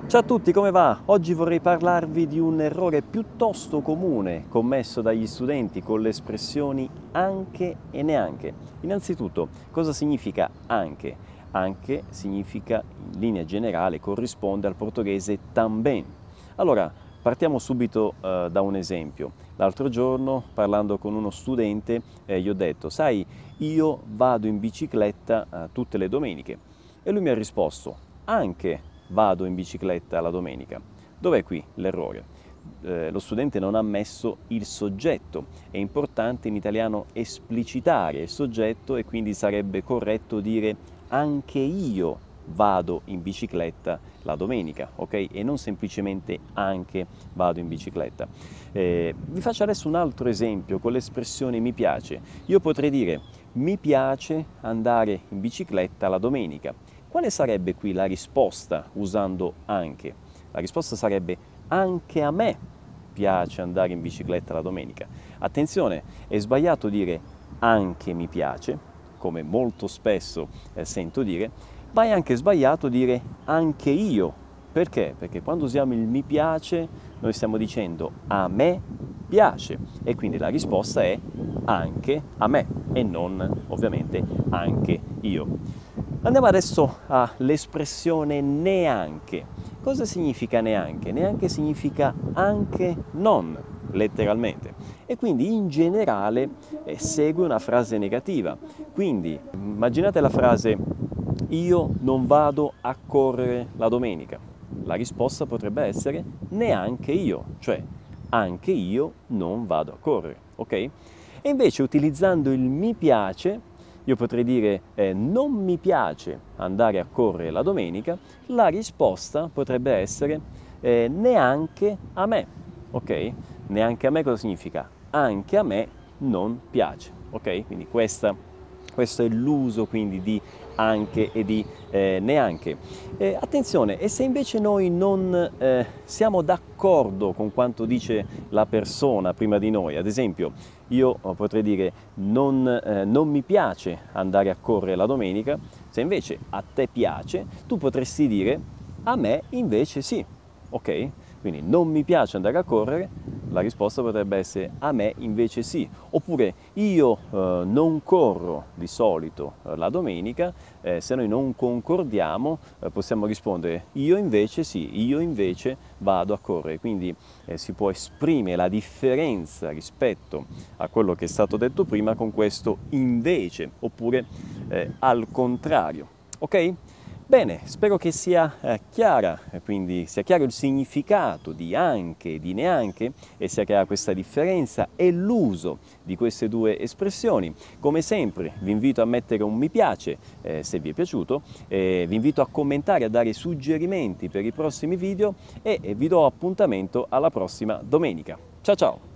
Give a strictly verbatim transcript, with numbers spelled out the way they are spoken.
Ciao a tutti, come va? Oggi vorrei parlarvi di un errore piuttosto comune commesso dagli studenti con le espressioni anche e neanche. Innanzitutto, cosa significa anche? Anche significa, in linea generale, corrisponde al portoghese também. Allora, partiamo subito eh, da un esempio. L'altro giorno, parlando con uno studente, eh, gli ho detto, sai, io vado in bicicletta eh, tutte le domeniche. E lui mi ha risposto, anche vado in bicicletta la domenica. Dov'è qui l'errore? Eh, lo studente non ha messo il soggetto. È importante in italiano esplicitare il soggetto e quindi sarebbe corretto dire anche io vado in bicicletta la domenica, ok? E non semplicemente anche vado in bicicletta. Eh, vi faccio adesso un altro esempio con l'espressione mi piace. Io potrei dire mi piace andare in bicicletta la domenica. Quale sarebbe qui la risposta usando anche? La risposta sarebbe anche a me piace andare in bicicletta la domenica. Attenzione, è sbagliato dire anche mi piace, come molto spesso eh, sento dire, ma è anche sbagliato dire anche io. Perché? Perché quando usiamo il mi piace noi stiamo dicendo a me piace e quindi la risposta è anche a me e non ovviamente anche io. Andiamo adesso all'espressione neanche. Cosa significa neanche? Neanche significa anche non, letteralmente. E quindi in generale eh, segue una frase negativa. Quindi immaginate la frase io non vado a correre la domenica. La risposta potrebbe essere neanche io, cioè anche io non vado a correre, ok? E invece utilizzando il mi piace io potrei dire eh, non mi piace andare a correre la domenica, la risposta potrebbe essere eh, neanche a me, ok? Neanche a me cosa significa? Anche a me non piace, ok? Quindi questa, questo è l'uso quindi di anche e di eh, neanche. Eh, attenzione, e se invece noi non eh, siamo d'accordo con quanto dice la persona prima di noi, ad esempio io potrei dire non, eh, non mi piace andare a correre la domenica, se invece a te piace, tu potresti dire a me invece sì, ok? Quindi non mi piace andare a correre, la risposta potrebbe essere a me invece sì, oppure io eh, non corro di solito eh, la domenica, eh, se noi non concordiamo eh, possiamo rispondere io invece sì, io invece vado a correre, quindi eh, si può esprimere la differenza rispetto a quello che è stato detto prima con questo invece, oppure eh, al contrario, ok? Bene, spero che sia eh, chiara, quindi sia chiaro il significato di anche e di neanche e sia chiara questa differenza e l'uso di queste due espressioni. Come sempre vi invito a mettere un mi piace eh, se vi è piaciuto, eh, vi invito a commentare, a dare suggerimenti per i prossimi video e vi do appuntamento alla prossima domenica. Ciao ciao!